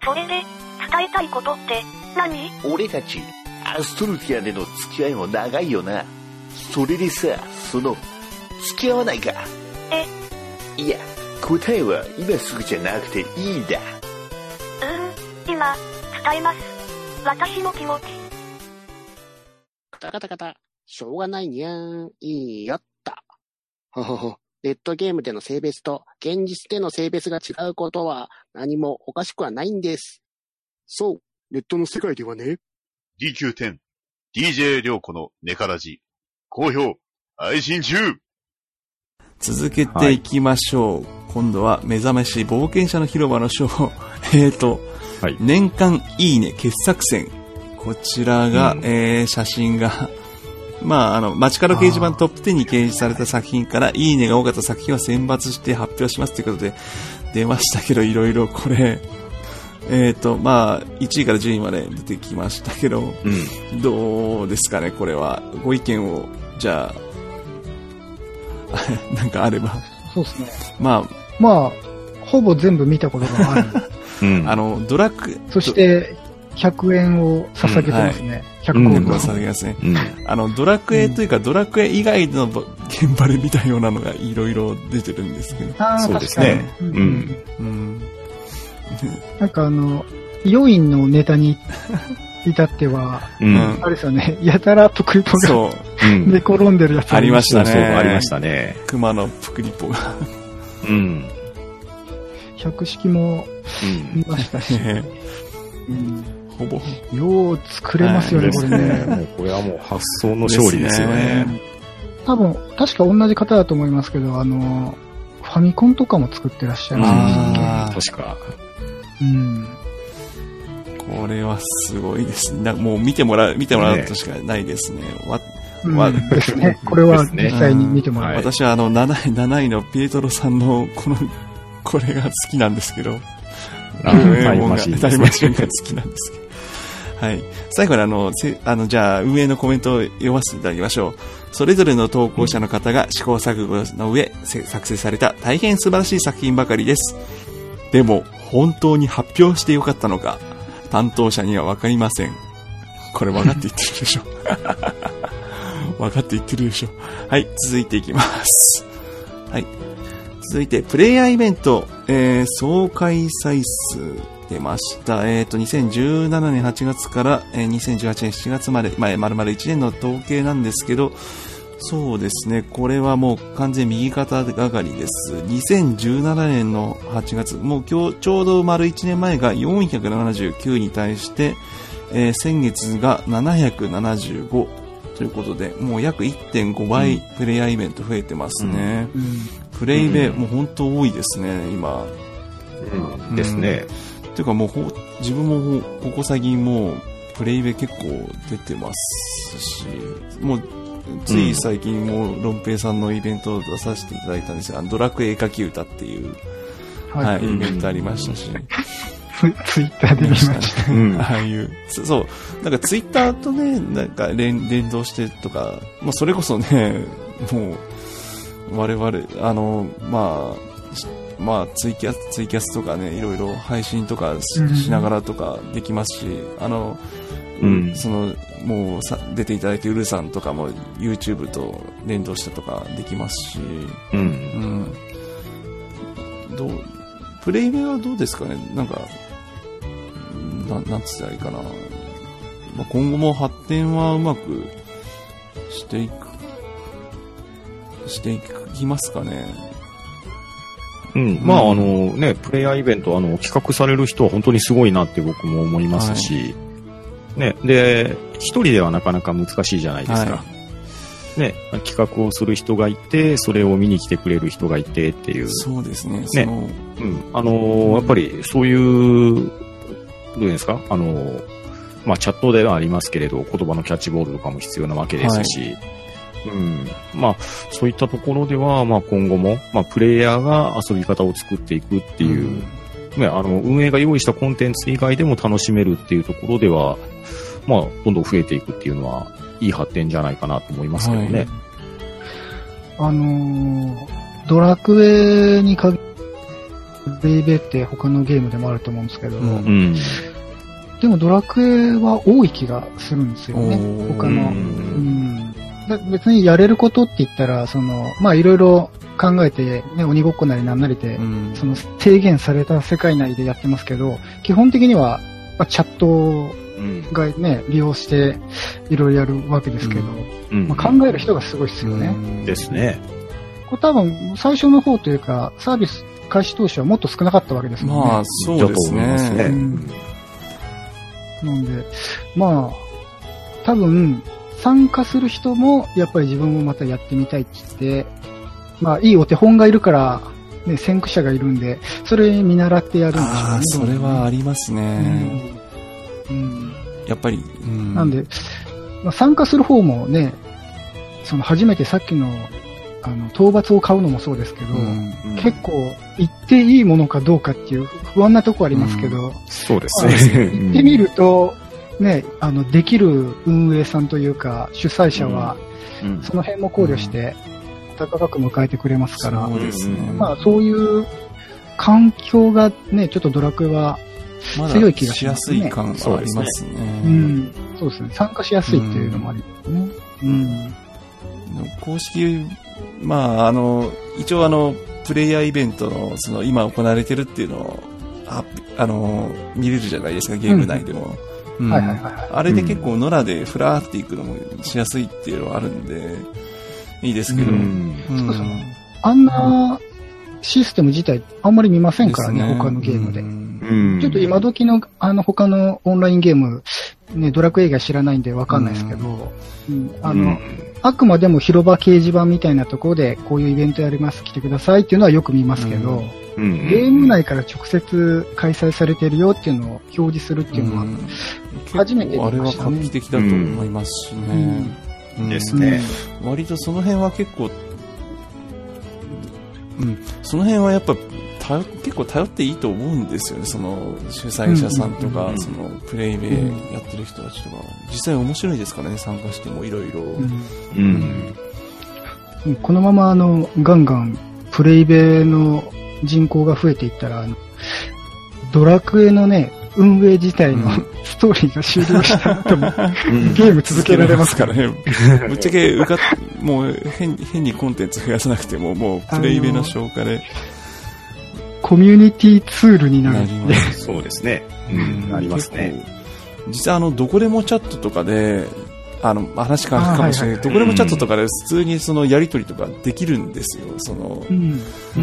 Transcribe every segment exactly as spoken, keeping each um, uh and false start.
それで、伝えたいことって何？ 俺たち、アストルティアでの付き合いも長いよな。それでさ、その、付き合わないか？ え？ いや、答えは今すぐじゃなくていいんだ。 うーん、今、伝えます。私の気持ち。 カタカタカタ。しょうがないにゃーん。いいよった。ほほほ。ネットゲームでの性別と現実での性別が違うことは何もおかしくはないんです。そう、ネットの世界ではね。 ディーキューテン、ディージェー 涼子のネカラジ、好評、配信中。 続けていきましょう。はい、今度は目覚まし冒険者の広場の章。えーと、はい、年間いいね傑作選。こちらが、うん、えー、写真が、まあ、あの、街角掲示板トップじゅうに掲示された作品から、いいねが多かった作品を選抜して発表しますということで、出ましたけど、いろいろこれ、えっと、まあ、いちいからじゅういまで出てきましたけど、うん、どうですかね、これは。ご意見を、じゃあ、なんかあれば。 そうですね。 まあ、 まあ、ほぼ全部見たことがある。 うん、あの、ドラク、 そして、ひゃくえんを捧げてますね。うんはい、ひゃくえんを捧げますね。うん、あの、ドラクエというか、うん、ドラクエ以外の現場で見たようなのがいろいろ出てるんですけど。 あそうですね。 うん。うん、なんかあの、ヨインのネタに至っては、うん、あれですよね、やたらプクリポがそう、うん、寝転んでるやつありましたね。 そうそう、ありましたね。 熊のプクリポが。 うん。 百式も見ましたし。 うんうんほぼ。 よう作れますよね、これね。 もうこれはもう発想の勝利ですよね。 多分、確か同じ方だと思いますけど、あの、ファミコンとかも作ってらっしゃいますね。確か。 うん。 これはすごいですね。もう見てもらう、見てもらうとしかないですね。わ、 わ、うん、ですね。これは実際に見てもらう。 私はあの、なない、なないのピエトロさんの、この、これが好きなんですけど。 タイムマシン。 タイムマシンが好きなんですけど。はい。最後にあの、あの、じゃあ、運営のコメントを読ませていただきましょう。それぞれの投稿者の方が試行錯誤の上、作成された大変素晴らしい作品ばかりです。でも、本当に発表してよかったのか、担当者にはわかりません。これ分かって言ってるでしょ。分かって言ってるでしょ。はい、続いていきます。はい。続いて、プレイヤーイベント、えー、総開催数出ました。えっと、にせんじゅうななねんはちがつから、えー、にせんじゅうはちねんしちがつまで、まあ、丸々いちねんの統計なんですけど、そうですね、これはもう完全右肩上がりです。にせんじゅうななねんのはちがつ、もう今日、ちょうど丸いちねんまえがよんひゃくななじゅうきゅうに対して、えー、先月がななひゃくななじゅうごということで、もう約 いってんご 倍プレイヤーイベント増えてますね。うんうん、プレイベ、うん、もう本当多いですね、今。 うん、ですね。 ていうかもうほ、自分もここ最近もうプレイベ結構出てますし、もうつい最近もロンペイさんのイベントを出させていただいたんですが、ドラクエ絵描き歌っていう、はい、はい、イベントありましたし。 ツイッターで見ました。 うん、ああいう、そう、なんかツイッターとね、なんか連、連動してとか、まあそれこそね、もう、我々、あの、まあ、まあツイキャス、ツイキャスとかね、いろいろ配信とか し,、うん、しながらとかできますし、あの、うん、その、もうさ出ていただいてウルさんとかも YouTube と連動したとかできますし、うん。うん、どう、プレイベはどうですかね、なんか、な, なんつったらいいかな、まあ、今後も発展はうまくしていくしていきますかね。 うん、まあ、うん、あのね、プレイヤーイベント、あの企画される人は本当にすごいなって僕も思いますし、はい、ね、で一人ではなかなか難しいじゃないですか。はい、ね、企画をする人がいて、それを見に来てくれる人がいてっていう。 そうですね。 ね、うん、あのー、やっぱりそういうどういうんですか、あの、まあ、チャットではありますけれど、言葉のキャッチボールとかも必要なわけですし、はい、うん、まあ、そういったところでは、まあ、今後も、まあ、プレイヤーが遊び方を作っていくっていう、うん、ね、あの、運営が用意したコンテンツ以外でも楽しめるっていうところでは、まあ、どんどん増えていくっていうのは、いい発展じゃないかなと思いますけどね。はい、 あのー、ドラクエに限プレイベって他のゲームでもあると思うんですけど、 うん、 でもドラクエは多い気がするんですよね、他の。うん、別にやれることって言ったら、その、まあいろいろ考えて、ね、鬼ごっこなりなんなりで、うん、その制限された世界内でやってますけど、基本的には、まあ、チャットがね、利用していろいろやるわけですけど、うん、まあ、考える人がすごいですよね。 うん、ですね。 これ多分最初の方というか、サービス開始当初はもっと少なかったわけですもんね。 まあそうですね。うん、 なんで、まあ、多分参加する人もやっぱり自分もまたやってみたいって言って、まあいいお手本がいるから、ね、先駆者がいるんで、それ見習ってやるんでしょうね。 ああ、それはありますね。うん。うん、やっぱり、うん、 なんで、まあ、参加する方もね、その初めてさっきの、あの、討伐を買うのもそうですけど、うんうん、結構行っていいものかどうかっていう不安なとこありますけど、うん、 そうですね。 行ってみると、ね、あの、できる運営さんというか、主催者は、その辺も考慮して、高く迎えてくれますから、 そうですね。 まあそういう環境がね、ちょっとドラクエは強い気がしますね。 しやすい感がありますね。 うん。そうですね。参加しやすいっていうのもありますね。うん。うん、 公式、まああの、一応あの、プレイヤーイベントの、その今行われてるっていうのを、あ、あの、見れるじゃないですか、ゲーム内でも。うん。はいはいはい。あれで結構野良でフラーっていくのもしやすいっていうのはあるんで、いいですけど、うんうん、 あんなシステム自体あんまり見ませんからね、ね他のゲームで、うん。ちょっと今時のあの他のオンラインゲーム、ね、ドラクエ以外知らないんでわかんないですけど、うん、あの、うん、あくまでも広場掲示板みたいなところでこういうイベントやります、来てくださいっていうのはよく見ますけど、うん、ゲーム内から直接開催されてるよっていうのを表示するっていうのは、初めて見ましたね。 あれは画期的だと思いますしね。うんですね、 うん。割とその辺は結構、うん、その辺はやっぱ頼結構頼っていいと思うんですよね。その主催者さんとか、うん、そのプレイベイやってる人たちとか、実際面白いですからね、参加してもいろいろ。 このままあのガンガンプレイベイの人口が増えていったら、あのドラクエのね。運営自体のストーリーが終了した後も、うん、ゲーム続けられますからね。 ぶっちゃけうかもう変変にコンテンツ増やさなくても、もうプレイベの消化で。 コミュニティツールになる。なります。そうですね。うん、なりますね。 実際あの、どこでもチャットとかで、あの、話変わるかもしれないけど、どこでもチャットとかで普通にそのやりとりとかできるんですよ、その。 うん。うん。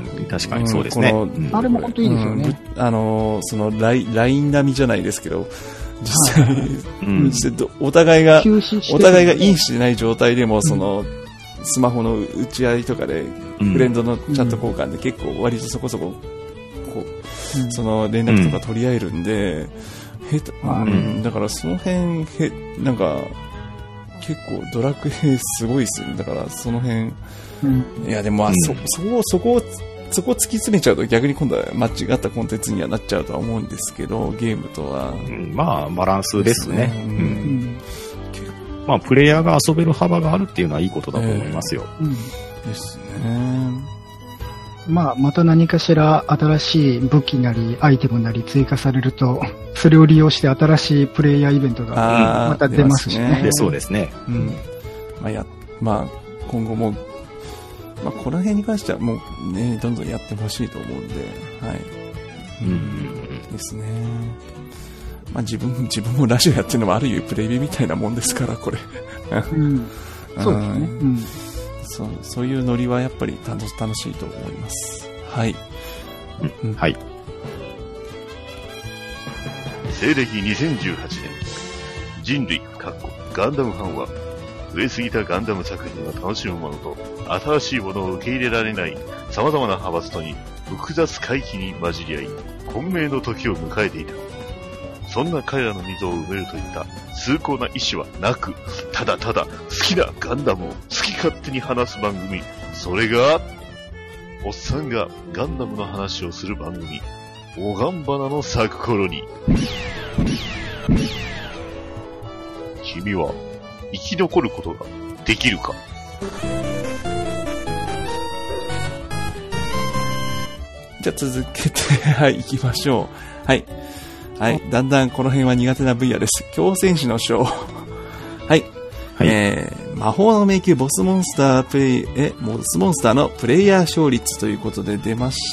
確かにそうですね。 あれも本当いいですよね。 あの、その、ライン 並みじゃないですけど、実際、実際お互いが、お互いがインしてない状態でも、その、スマホの打ち合いとかで、フレンドのチャット交換で結構割とそこそこ、こう、その連絡とか取り合えるんで、へた、うん、だからその辺、へ、なんか、結構ドラクエすごいですよね。だからその辺、うん、いやでも、うん、そ、そこ、そこを、そこを突き詰めちゃうと逆に今度は間違ったコンテンツにはなっちゃうとは思うんですけど、ゲームとは。 うん、まあ、バランスですね。うんうん、まあ、プレイヤーが遊べる幅があるっていうのはいいことだと思いますよ。 えー、うん、ですね。 まあ、また何かしら新しい武器なりアイテムなり追加されると、それを利用して新しいプレイヤーイベントがまた出ますしね。 出そうですね。 うん。まあ、や、まあ、今後も、まあ、この辺に関してはもうね、どんどんやってほしいと思うんで、はい。うん。ですね。まあ、自分、自分もラジオやってるのもある意味プレイベみたいなもんですから、これ。うん。 そうですね。うん。 そう、そういうノリはやっぱり楽楽しいと思います。はい。 うん、はい。 西暦にせんじゅうはちねん、人類、かっこガンダムファンは、増えすぎたガンダム作品を楽しむものと、新しいものを受け入れられない様々な派閥とに複雑回帰に混じり合い、混迷の時を迎えていた。そんな彼らの溝を埋めるといった崇高な意志はなく、ただただ好きなガンダムを好き勝手に話す番組。それが、おっさんがガンダムの話をする番組。おがんばなの咲く頃に。君は生き残ることができるか？ じゃあ続けて、はい、行きましょう。はい。はい。だんだんこの辺は苦手な分野です。強戦士の章。はい。はい、えー、魔法の迷宮ボスモンスタープレイ、え、ボスモンスターのプレイヤー勝率ということで出ました。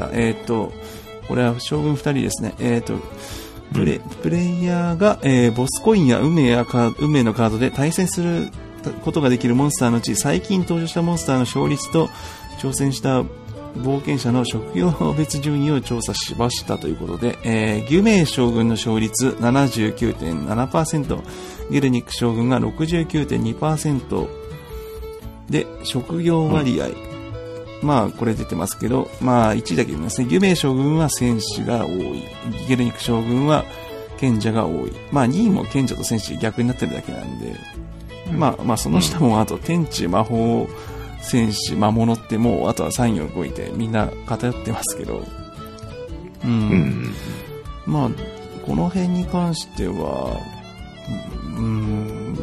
えっ、ー、と、これは将軍ふたりですね。えっ、ー、と、プレ、うん、プレイヤーが、えー、ボスコインや運命やカード、運命のカードで対戦することができるモンスターのうち、最近登場したモンスターの勝率と挑戦した冒険者の職業別順位を調査しましたということで、えー、ギュメイ将軍の勝率 ななじゅうきゅうてんななパーセント、ゲルニック将軍が ろくじゅうきゅうてんにパーセント で、職業割合、うん、まあこれ出てますけど、まあいちいだけ見ますね。ギュメイ将軍は戦士が多い、ゲルニック将軍は賢者が多い、まあにいも賢者と戦士逆になってるだけなんで、うん、まあまあその下もあと天地魔法戦士魔物ってもうあとはさん、よん、ごいてみんな偏ってますけど、うん、うん、まあこの辺に関しては、うん、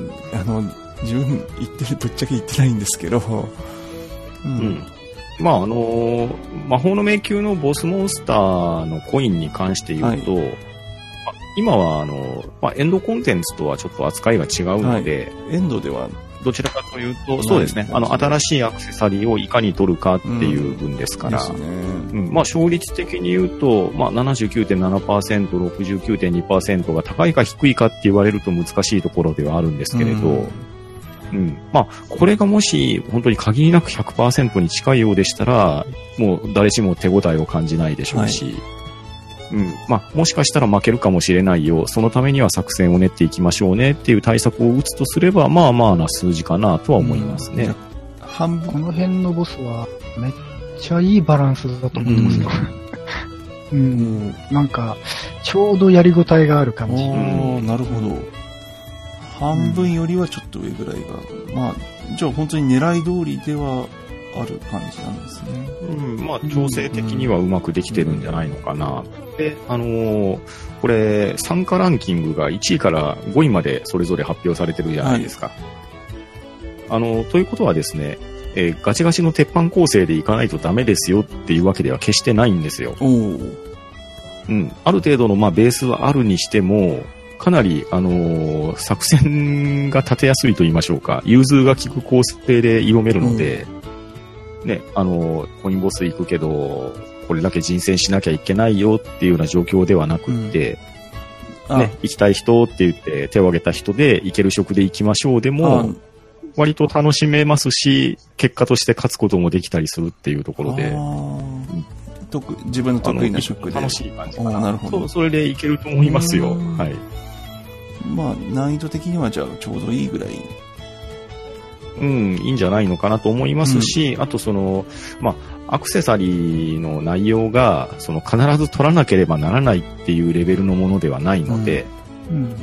あの自分言ってるぶっちゃけ言ってないんですけど、うん、うん、 まああの魔法の迷宮のボスモンスターのコインに関して言うと、はい、今はあの、まあ、エンドコンテンツとはちょっと扱いが違うので、 はい、エンドではどちらかというと、そうですね。あの、新しいアクセサリーをいかに取るかっていう分ですから。うん、ですね。うん。まあ、勝率的に言うと、まあ、ななじゅうきゅうてんななパーセント、ろくじゅうきゅうてんにパーセント が高いか低いかって言われると難しいところではあるんですけれど、うん。うん、まあ、これがもし、本当に限りなく ひゃくパーセント に近いようでしたら、もう誰しも手応えを感じないでしょうし、はい、うん。まあ、もしかしたら負けるかもしれないよ。そのためには作戦を練っていきましょうねっていう対策を打つとすれば、まあまあな数字かなとは思いますね。うん、 半分この辺のボスはめっちゃいいバランスだと思ってますよ。うん。うん、なんか、ちょうどやりごたえがある感じ。 ああ、なるほど。半分よりはちょっと上ぐらいが。うん、まあ、じゃあ本当に狙い通りでは、ある感じなんですね。 うん、まあ、調整的にはうまくできてるんじゃないのかな。うん、で、あのー、これ、参加ランキングがいちいからごいまでそれぞれ発表されてるじゃないですか。はい、あの、ということはですね、えー、ガチガチの鉄板構成でいかないとダメですよっていうわけでは決してないんですよ。おー。うん。ある程度の、まあ、ベースはあるにしても、かなり、あのー、作戦が立てやすいと言いましょうか。融通が利く構成で挑めるので、うんね、あの、コインボス行くけど、これだけ人選しなきゃいけないよっていうような状況ではなくって、うん、ね、行きたい人って言って手を挙げた人で行ける職で行きましょうでも、割と楽しめますし、結果として勝つこともできたりするっていうところで、 自分の得意な職で。 楽しい感じかな。 なるほど。 そう、それでいけると思いますよ。はい。 まあ、難易度的にはじゃあちょうどいいぐらい。 うん、いいんじゃないのかなと思いますし、うん、あとその、まあ、アクセサリーの内容が、その必ず取らなければならないっていうレベルのものではないので、うん、うんうん、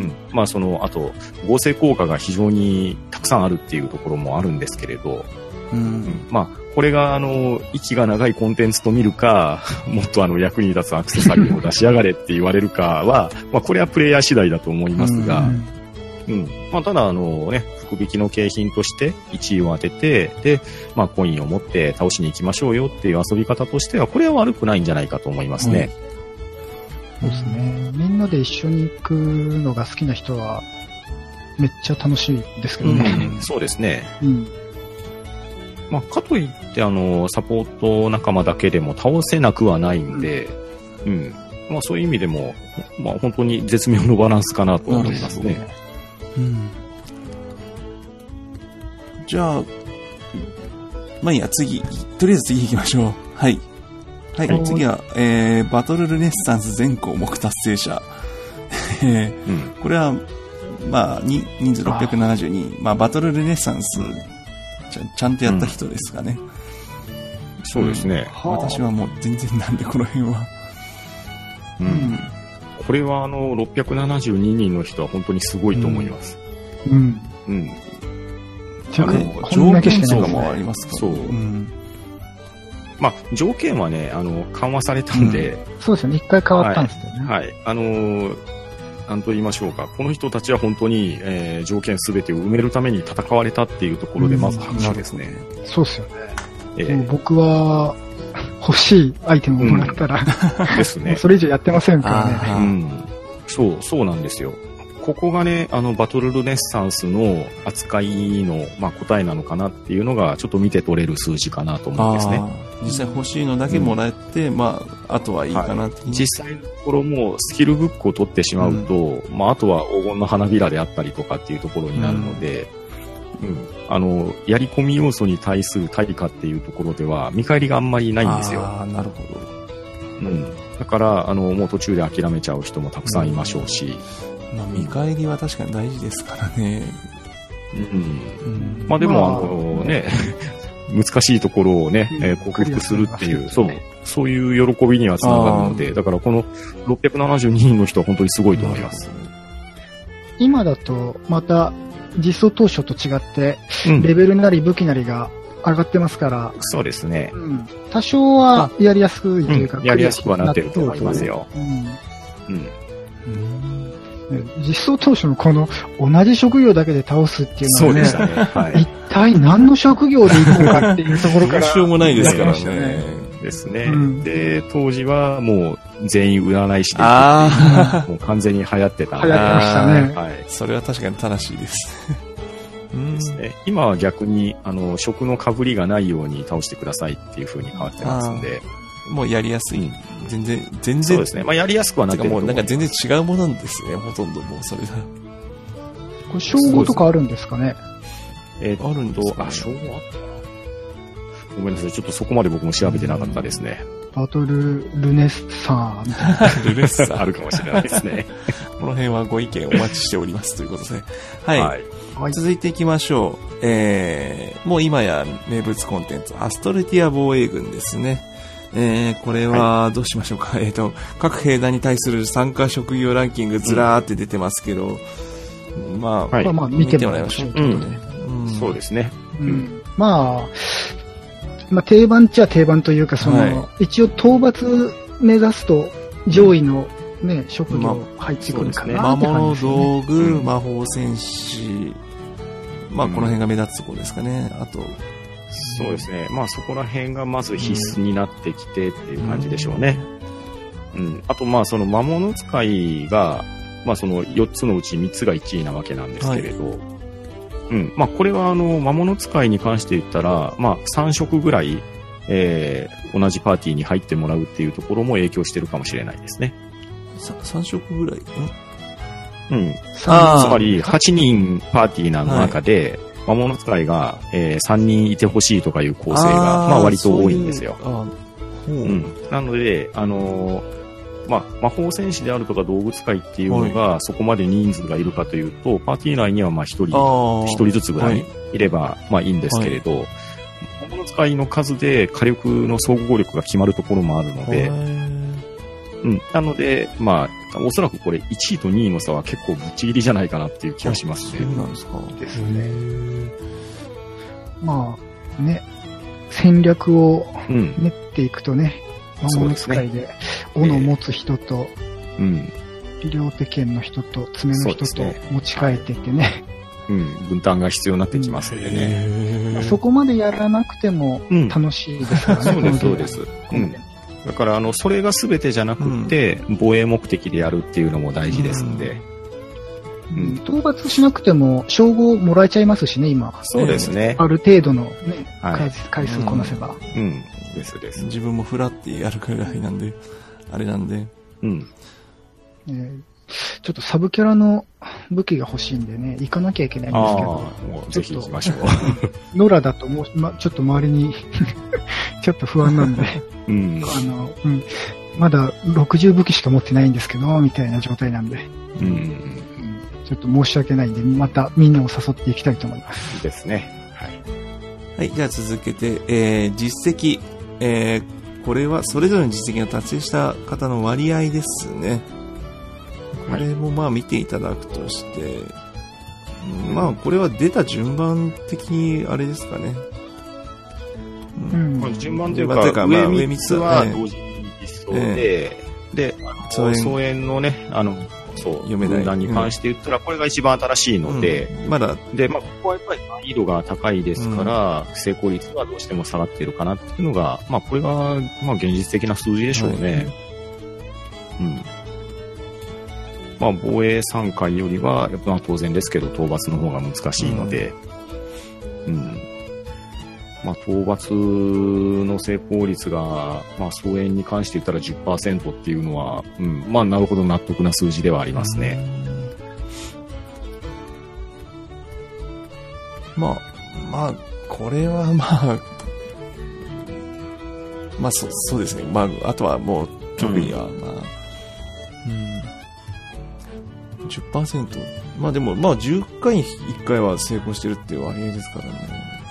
まあその、あと、合成効果が非常にたくさんあるっていうところもあるんですけれど、うんうん、まあ、これがあの、息が長いコンテンツと見るか、もっとあの、役に立つアクセサリーを出しやがれって言われるかは、まあ、これはプレイヤー次第だと思いますが、うんうん。まあ、ただ、あのね、福引きの景品としていちいを当てて、で、まあ、コインを持って倒しに行きましょうよっていう遊び方としては、これは悪くないんじゃないかと思いますね。 うん、そうですね。みんなで一緒に行くのが好きな人は、めっちゃ楽しいですけどね。 うん、そうですね。うん。まあ、かといって、あの、サポート仲間だけでも倒せなくはないんで、うん。うん、まあ、そういう意味でも、まあ、本当に絶妙のバランスかなと思いますね。うん、 じゃあ、まあいいや、次、とりあえず次行きましょう。はい。はい、はい、次は、えー、バトルルネッサンス全項目達成者。えーうん、これは、まあ、に人数ろっぴゃくななじゅうに、まあ、バトルルネッサンスちゃ、ちゃんとやった人ですかね。 うん、そうですね、 うん。私はもう全然なんで、この辺は。 うん。うんこれはあの、ろっぴゃくななじゅうににんの人は本当にすごいと思います。うん。うん。 あの、条件とかもありますか、ね、そう。うん。 まあ、条件はね、あの、緩和されたんで。うん、 そうですよね。一回変わったんですよね。 はい。はい、あのー、なんと言いましょうか。この人たちは本当に、えー、条件すべてを埋めるために戦われたっていうところで、まず拍手ですね。 うん、そうですよね。えー、僕は、 欲しいアイテムをもらったら、 うん、ですね。 それ以上やってませんからね。 うん。そう、そうなんですよ。ここがね、あの、バトルルネッサンスの扱いの、まあ、答えなのかなっていうのが、ちょっと見て取れる数字かなと思うんですね。 実際欲しいのだけもらって、うん、まあ、あとはいいかなって、はい。 実際のところも、スキルブックを取ってしまうと、うん、まあ、あとは黄金の花びらであったりとかっていうところになるので、うん、うん、あの、やり込み要素に対する対価っていうところでは、見返りがあんまりないんですよ。 ああ、なるほど。 うん。だから、あの、もう途中で諦めちゃう人もたくさんいましょうし、うんまあ、見返りは確かに大事ですからね。 うん。うん、まあでも、まあ、あのね、難しいところをね、えー、克服するっていう、そう、そういう喜びにはつながるので、だからこのろっぴゃくななじゅうににんの人は本当にすごいと思います。 今だと、また、実装当初と違って、レベルなり武器なりが上がってますから、 うん、そうですね。 うん。多少はやりやすいというか、 うん、やりやすくはなってると思いますよ。うん。うん。 実装当初のこの同じ職業だけで倒すっていうのはね、 そうでしたね。はい、 一体何の職業でいこうかっていうところから。 どうしようもないですからね。 ですね、うん。で、当時はもう全員占い師であもう完全に流行ってた。 流行ってましたね。 はい。それは確かに正しいです。 ですね。今は逆に、あの、職の被りがないように倒してくださいっていう風に変わってますんで。 もうやりやすい。全然、全然。 そうですね。まあやりやすくはなってる。 もうなんか全然違うものなんですね。ほとんどもうそれが。これ、称号とかあるんですかね。 えー、あるんと、あ、称号あったな。ごめんなさい。ちょっとそこまで僕も調べてなかったですね。 バトルルネッサーみたいな。 ルネッサーあるかもしれないですね。 この辺はご意見お待ちしておりますということで。はい。はい、続いていきましょう。えー、もう今や名物コンテンツ、アストルティア防衛軍ですね。えー、これはどうしましょうか。はい、えっと、各兵団に対する参加職業ランキングずらーって出てますけど、うん、まあ、 はい、まあ見てもらいましょう。 うんうん、そうですね。 うん、まあ、まあ、定番っちゃ定番というか、その、はい、一応討伐目指すと上位のね、職業入ってくるかな、 まあ、魔物道具、うん、魔法戦士、まあ、この辺が目立つところですかね。あと、 そうですね。まあそこら辺がまず必須になってきてっていう感じでしょうね。うん。うん、あとまあその魔物使いが、まあそのよっつのうちみっつがいちいなわけなんですけれど、はい、うん。まあこれはあの魔物使いに関して言ったら、まあさん色ぐらい、えー、同じパーティーに入ってもらうっていうところも影響してるかもしれないですね。 さん色ぐらいうん。つまりはちにんパーティーの中で、はい魔物使いが、えー、さんにんいてほしいとかいう構成が、まあ割と多いんですよ。うううん。なので、あのー、まあ、魔法戦士であるとか道具使いっていうのが、はい、そこまで人数がいるかというと、パーティー内にはまあ一人、一人ずつぐらいいれば、はい、まあいいんですけれど、はい、魔物使いの数で火力の総合力が決まるところもあるので、うん。なので、まあ、おそらくこれいちいとにいの差は結構ぶっちぎりじゃないかなっていう気がしますね。 そうなんですか。 ですね。 まあ、ね、戦略を練っていくとね、魔物使いで、斧を持つ人と、うん。両手剣の人と爪の人と持ち帰ってってね。 うん、分担が必要になってきますんでね。 まあ、そこまでやらなくても楽しいですからね。 そうです、そうです。うん。だから、あの、それが全てじゃなくて、うん、防衛目的でやるっていうのも大事ですんで。 うん。討伐しなくても、称号もらえちゃいますしね、今。 そうですね。 ある程度のね、はい、回数こなせば。 うん。うん、ですです。 自分もフラってやるくらいなんで、あれなんで。 うん。 えー、ちょっとサブキャラの武器が欲しいんでね、行かなきゃいけないんですけど。もうぜひ行きましょう。ノラだともう、ま、ちょっと周りに、ちょっと不安なんで。 うん、 あの、うん、まだろくじゅう武器しか持ってないんですけど、みたいな状態なんで、 うんうん、 ちょっと申し訳ないんで、またみんなを誘っていきたいと思います。 ですね。はい。 はい、じゃあ続けて、えー、実績、えー、これはそれぞれの実績を達成した方の割合ですね。これもまあ見ていただくとして、はい、まあこれは出た順番的にあれですかね。 うん、まあ、順番というか、か上みっつは同時に実装で、えー、で、総園のね、あの、 そう、 読めない。 分断に関して言ったら、これが一番新しいので、 うん、まだ、 で、まあ、ここはやっぱり難易度が高いですから、うん、成功率はどうしても下がっているかなっていうのが、まあ、これが、まあ、現実的な数字でしょうね。はい、うん。まあ、防衛さん回よりは、やっぱ当然ですけど、討伐の方が難しいので、うん。うん、まあ、討伐の成功率が、まあ、総援に関して言ったら じゅっパーセント っていうのは、うん、まあ、なるほど納得な数字ではありますね。 まあ、まあ、これはまあ、まあ、そ、そうですね。まあ、あとはもう、特には、まあ、うん、じゅっパーセント。まあでも、まあ、じゅっかいにいっかいは成功してるっていう割合ですからね。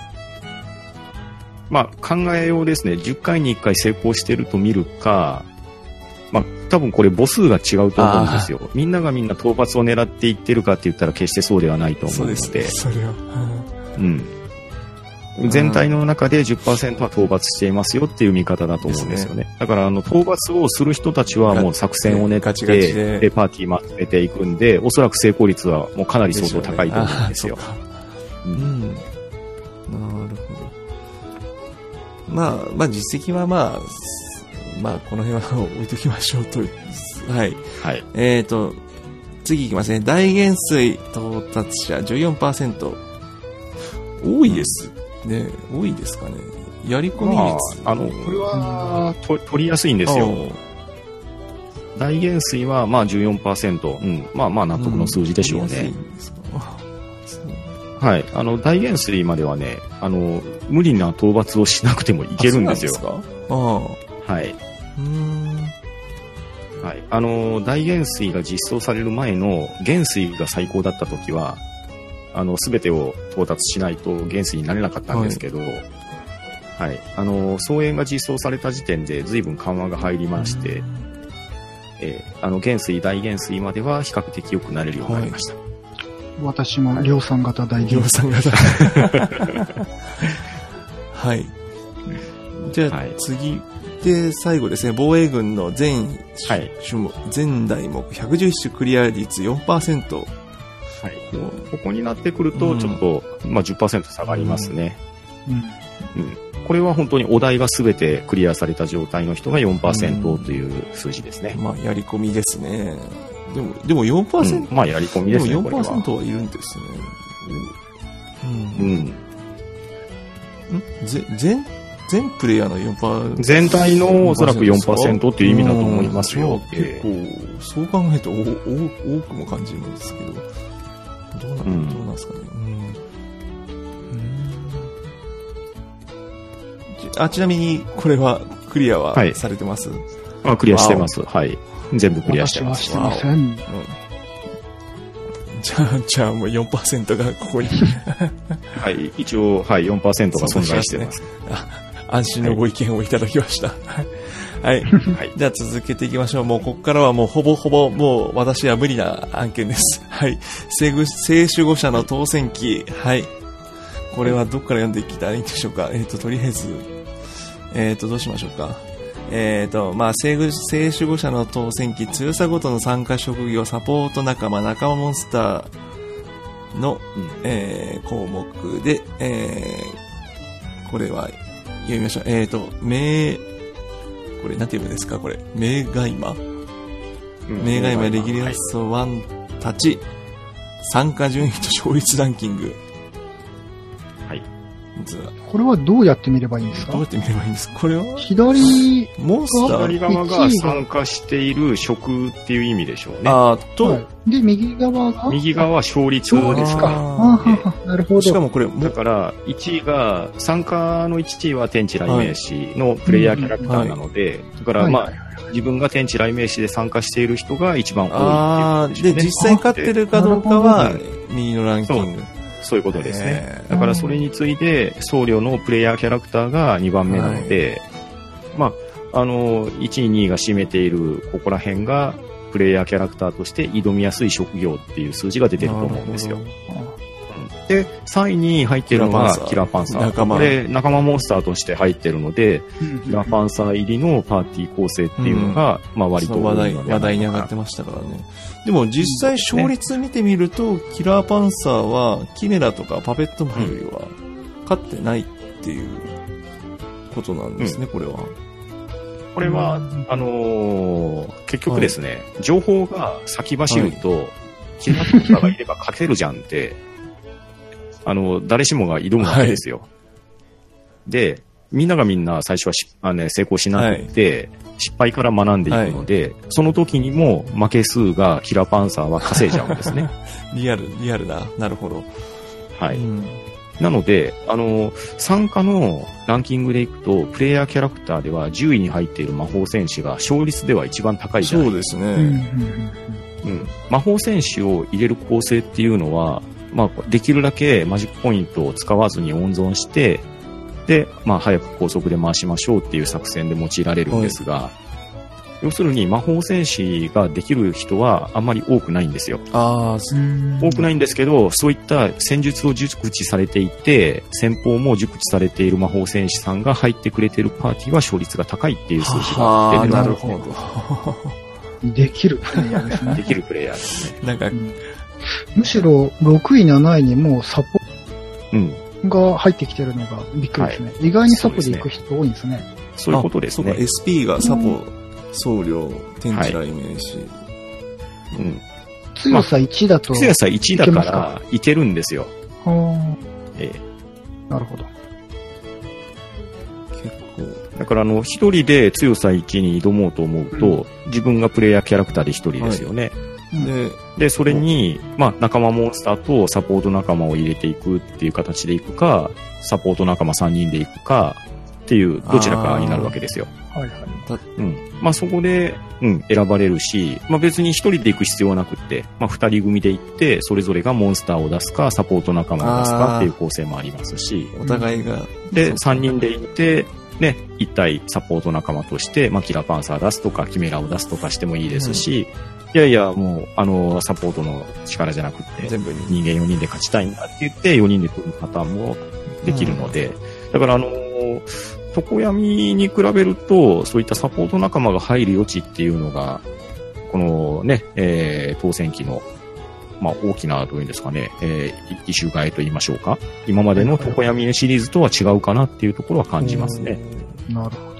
まあ、考えようですね。じゅっかいにいっかい成功してると見るか、まあ、多分これ母数が違うと思うんですよ。みんながみんな討伐を狙っていってるかって言ったら決してそうではないと思うので。そうです。それは。うん。全体の中で じゅっパーセント は討伐していますよっていう見方だと思うんですよね。ねだから、あの、討伐をする人たちはもう作戦を練って、ガチガチでパーティーまとめていくんで、おそらく成功率はもうかなり相当高いと思うんですよ。 うん。なるほど。まあ、まあ実績はまあ、まあこの辺は置いときましょうと。はい。はい。えっと、次いきますね。大元帥到達者 じゅうよんパーセント。多いですね。多いですかね。やり込み率。 まあ、あの、これは、と取りやすいんですよ。大元帥はまあ じゅうよんパーセント。うん。まあまあ納得の数字でしょうね。はい。あの、大元帥まではね、あの、無理な討伐をしなくてもいけるんですよ。そうなんですか？ああ。はい。うーん。はい。あの、大元帥が実装される前の元帥が最高だった時は、あの、すべてを到達しないと元帥になれなかったんですけど、はい。はい、あの、総援が実装された時点で随分緩和が入りまして、えー、あの、元帥、大元帥までは比較的よくなれるようになりました。はい、 私も量産型大元帥。 量産型。はい。じゃあ、はい、次で最後ですね、防衛軍の全種目、はい、全題目ひゃくじゅういち種クリア率 よんパーセント。 はい。ここになってくると、ちょっと、うん、まあ じゅっパーセント 下がりますね。うん。うん。これは本当にお題がすべてクリアされた状態の人が よんパーセント という数字ですね。 うん、まあ、やり込みですね。でも、でも よんパーセント、 うん、まあ、やり込みですね。 でも よんパーセント はいるんですね。うん。うん。んぜ、全、全プレイヤーの よんパーセント。 全体のおそらく よんパーセント っていう意味だと思いますよ。 結構、そう考えるとおお多くも感じるんですけど。どうなん、うん、どうなんですかね。うんあ、ちなみに、これは、クリアはされてます？はい、 あ、クリアしてます。はい。全部クリアしてます。 私はしてません。うん、 じゃあ、じゃあもう よんパーセント がここに。 はい。一応、はい、よんパーセント が存在してます。 あ、安心のご意見をいただきました。はい。はい。じゃあ続けていきましょう。もう、ここからはもう、ほぼほぼ、もう、私は無理な案件です。はい。聖守護者の当選期。はい。これはどっから読んでいきたらいいんでしょうか。えっと、とりあえず、えっと、どうしましょうか。えっと、まあ、聖守護者の当選期、強さごとの参加職業、サポート仲間、仲間モンスターの、えー、項目で、えー、これは読みましょう。えっと、名、これ、なんて読むんですかこれ。名ガイマ、うん、名ガイマレギュラーストワンたち、参加順位と勝率ランキング。 これはどうやって見ればいいんですか？ どうやって見ればいいんですか？これは左、 モンスター左側が参加している職っていう意味でしょうね。 あと、 はい、で、右側が右側は勝率ですか。 ああ、なるほど。 しかもこれ、 だから、いちいが、参加のいちいは天地雷鳴士のプレイヤーキャラクターなので、はいうんはい、だから、まあ、はい、自分が天地雷鳴士で参加している人が一番多いっていうことですね。 で、実際勝ってるかどうかは、右のランキング。 そういうことですね。だからそれについて、僧侶のプレイヤーキャラクターがにばんめなので、はい、まあ、あの、いちい、にいが占めている、ここら辺が、プレイヤーキャラクターとして挑みやすい職業っていう数字が出てると思うんですよ。 で、さんいに入ってるのがキラーパンサー。 仲間。 これ、仲間モンスターとして入ってるので、 うんキラーパンサー入りのパーティー構成っていうのが、うん、まあ割と話題、話題に上がってましたからね。でも実際勝率見てみると、キラーパンサーは、キメラとかパペットマンよりは、勝ってないっていうことなんですね、うん、これは。 これは、あのー、結局ですね、はい、情報が先走ると、はい、キラーパンサーがいれば勝てるじゃんって、あの、誰しもが挑むわけですよ。はい、で、みんながみんな最初はしあ、ね、成功しなくて、はい、失敗から学んでいくので、はい、その時にも負け数がキラーパンサーは稼いじゃうんですね。 リアル、リアルだ。なるほど。 はい。うんなので、あの、参加のランキングでいくと、プレイヤーキャラクターではじゅういに入っている魔法戦士が勝率では一番高いじゃないですか。 そうですね。 うん。魔法戦士を入れる構成っていうのは、まあ、できるだけマジックポイントを使わずに温存して、で、まあ、早く高速で回しましょうっていう作戦で用いられるんですが、はい、要するに魔法戦士ができる人はあんまり多くないんですよ。 ああ、 多くないんですけど、そういった戦術を熟知されていて、戦法も熟知されている魔法戦士さんが入ってくれているパーティーは勝率が高いっていう数字が出てるんですね。 なるほど。できるプレイヤーですね。 できるプレイヤーですね。 なんか、うん、 むしろろくい、なないにもうサポうんが入ってきてるのがびっくりですね。はい、意外にサポで行く人多いんですね。 そういうことですね。 そうか、エスピー がサポ、僧侶、天地雷鳴士。 うん。 強さいちだと、 まあ。強さいちだからいけるんですよ。 はあ。ええ。 なるほど。 結構。 だからあの、一人で強さいちに挑もうと思うと、うん、自分がプレイヤーキャラクターで一人ですよね。はいで、で、それに、まあ、仲間モンスターとサポート仲間を入れていくっていう形でいくか、サポート仲間さんにんでいくか、っていう、どちらかになるわけですよ。 はいはい。 うん。まあ、そこで、うん、選ばれるし、まあ、別に一人で行く必要はなくって、まあ、二人組で行って、それぞれがモンスターを出すか、サポート仲間を出すかっていう構成もありますし、 お互いが。 で、三人で行って、ね、一体サポート仲間として、まあ、キラーパンサー出すとか、キメラを出すとかしてもいいですし、うんいやいや、もう、あの、サポートの力じゃなくて、全部人間よにんで勝ちたいんだって言って、よにんで組むパターンもできるので、うん、だからあの、常闇に比べると、そういったサポート仲間が入る余地っていうのが、このね、えー、当選期の、まあ、大きな、どういうんですかね、えー、一周替えと言いましょうか。今までの常闇シリーズとは違うかなっていうところは感じますね。 なるほど。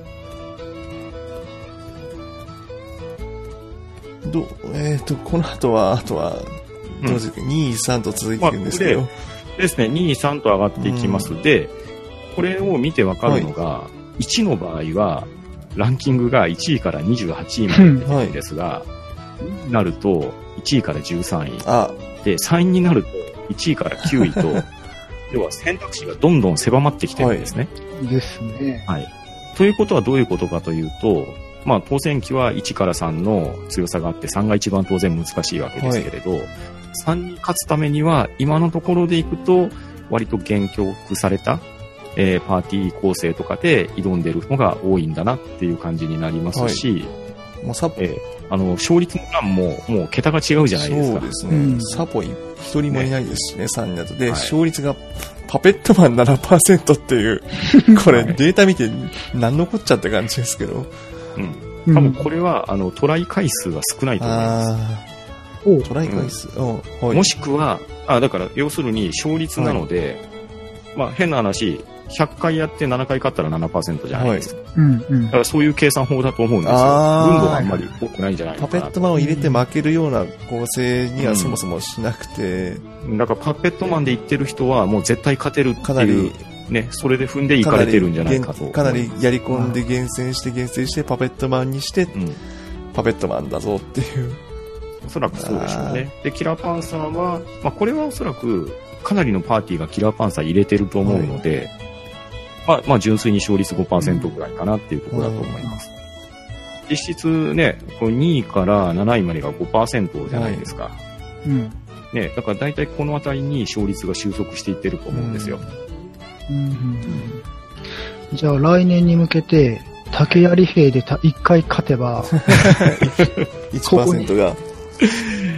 どえっ、ー、と、この後は、あとは、どうですか、うん、にいさんと続いていくんですけど。まあ、ですね、にいさんと上がっていきます。うん、で、これを見てわかるのが、はい、いちの場合は、ランキングがいちいからにじゅうはちいまで出てるんですが、はい、になると、いちいからじゅうさんい。 あで、さんいになると、いちいからきゅういと、要は選択肢がどんどん狭まってきてるんですね。 はい、ですね。 はい。ということはどういうことかというと、まあ、当選期はいちからさんの強さがあって、さんが一番当然難しいわけですけれど、はい、さんに勝つためには、今のところでいくと、割と減強された、えー、パーティー構成とかで挑んでるのが多いんだなっていう感じになりますし、 はい、もうサポ、 えー、あの、勝率の欄も、もう桁が違うじゃないですか。 そうですね。うん、サポ一人もいないですしね、ねさんになると。で、はい、勝率が、パペットマン ななパーセント っていう、これデータ見て何のこっちゃって感じですけど。 うん。多分これは、あの、トライ回数が少ないと思います。 おトライ回数、うんはい、もしくは、あ、だから、要するに勝率なので、はい、まあ、変な話、ひゃっかいやってななかい勝ったら ななパーセント じゃないですか。はいうんうん、だからそういう計算法だと思うんですよ。分母があんまり多くないんじゃないのかな。 パペットマンを入れて負けるような構成にはそもそもしなくて。 うん、だからパペットマンで言ってる人はもう絶対勝てるっていう。かなりね、それで踏んでいかれてるんじゃないかと。 かなりやり込んで厳選して厳選してパペットマンにして、うん、パペットマンだぞっていう。 おそらくそうでしょうね。で、キラーパンサーは、まあこれはおそらくかなりのパーティーがキラーパンサー入れてると思うので、はいまあ、まあ、純粋に勝率 ごパーセント ぐらいかなっていうところだと思います。うん、実質ね、このにいからなないまでが ごパーセント じゃないですか。はい、うん。ね、だから大体このあたりに勝率が収束していってると思うんですよ。 うんうんうん、じゃあ来年に向けて、竹槍兵でいっかい勝てば、 いちパーセント が。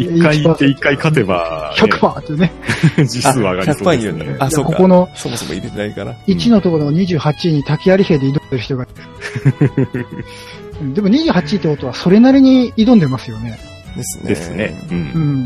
一回行って一回勝てば、 ひゃくパーセント ってね。 実数上がりそうですね。 あ、そうか。 ここの、 そもそも入れてないから。 いちのところのにじゅうはちいに滝槍兵で挑んでる人が。でもにじゅうはちいってことはそれなりに挑んでますよね。 ですね。 ですね。うん。 うん。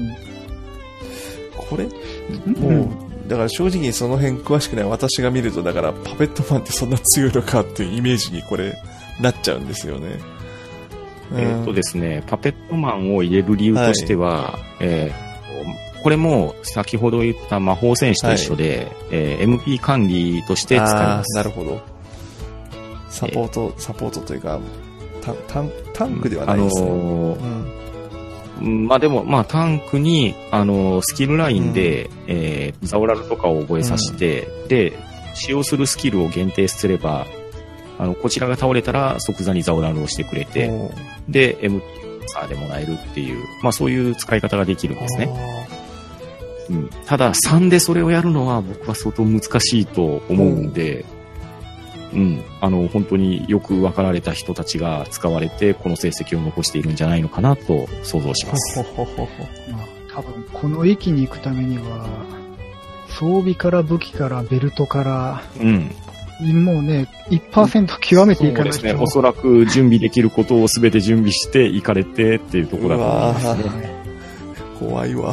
これ、もう、だから正直その辺詳しくない私が見ると、だからパペットマンってそんな強いのかっていうイメージにこれなっちゃうんですよね。 えー、っとですね、パペットマンを入れる理由としては、はい、えー、これも先ほど言った魔法戦士と一緒で、はい、えー、エムピー 管理として使います。 なるほど。サポート、えー、サポートというか、タタンタンクではないですね。あのーうん、まあでも、まあタンクに、あのー、スキルラインで、うん、えー、ザオラルとかを覚えさせて、うん、で、使用するスキルを限定すれば、あの、こちらが倒れたら即座にザオラルをしてくれて、で、エムピー サーでもらえるっていう、まあそういう使い方ができるんですね。うん、ただ、さんでそれをやるのは僕は相当難しいと思うんで、うん、あの、本当によく分かられた人たちが使われて、この成績を残しているんじゃないのかなと想像します。 まあ、多分、この域に行くためには、装備から武器からベルトから、うん。もうね、いちパーセント 極めていかないと。 そうですね。おそらく準備できることをすべて準備して行かれてっていうところだと思いますね。 怖いわ。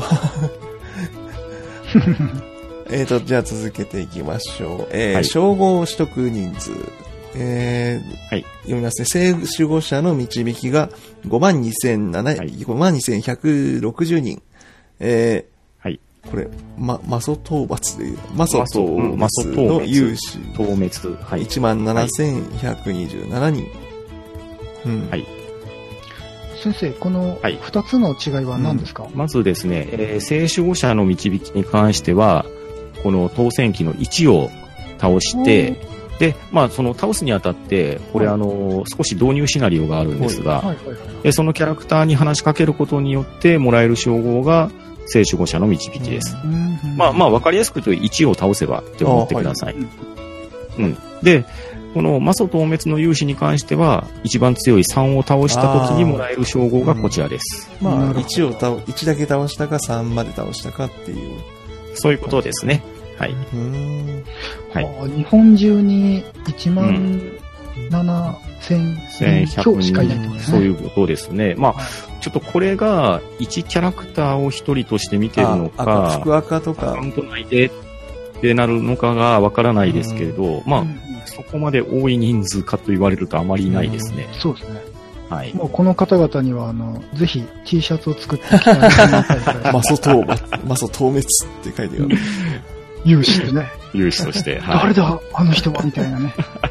えっと、じゃあ続けていきましょう。えーはい、称号取得人数。えーはい、読みますね。聖守護者の導きがごまんにせんひゃくろくじゅうにん。えーこれ、ま、マソ討伐でいう、マソ討伐の勇士。 討滅。 はい。いちまんななせんひゃくにじゅうななにん。 うん。はい。先生、この二つの違いは何ですか？ うん、まずですね、えー、聖守護者の導きに関しては、この当選機のいちを倒して、で、まあ、その倒すにあたって、これ、はい、あの、少し導入シナリオがあるんですが、はいはいはいはい、でそのキャラクターに話しかけることによってもらえる称号が、聖守護者の導きです。うんうん、まあまあ、わかりやすく言うといちを倒せばって思ってください。はい、うん。で、このマソ討滅の勇士に関しては、一番強いさんを倒した時にもらえる称号がこちらです。 うん、まあ、いちを倒、いちだけ倒したかさんまで倒したかっていう。 そういうことですね。はい。 うんはい、日本中にいちまんななせん強しかいないってことですね。 そういうことですね。まあ、ちょっとこれがいちキャラクターをひとりとして見てるのか、 福赤とか、 アカウント内でってなるのかがわからないですけれど、まあ、うん、そこまで多い人数かと言われるとあまりいないですね。 うん、そうですね。はい。もうこの方々には、あの、ぜひ T シャツを作ってきたいと思ったりマソ討伐、マソ討滅って書いてある。 勇士でね。 勇士として。 はい、誰だあの人はみたいなね。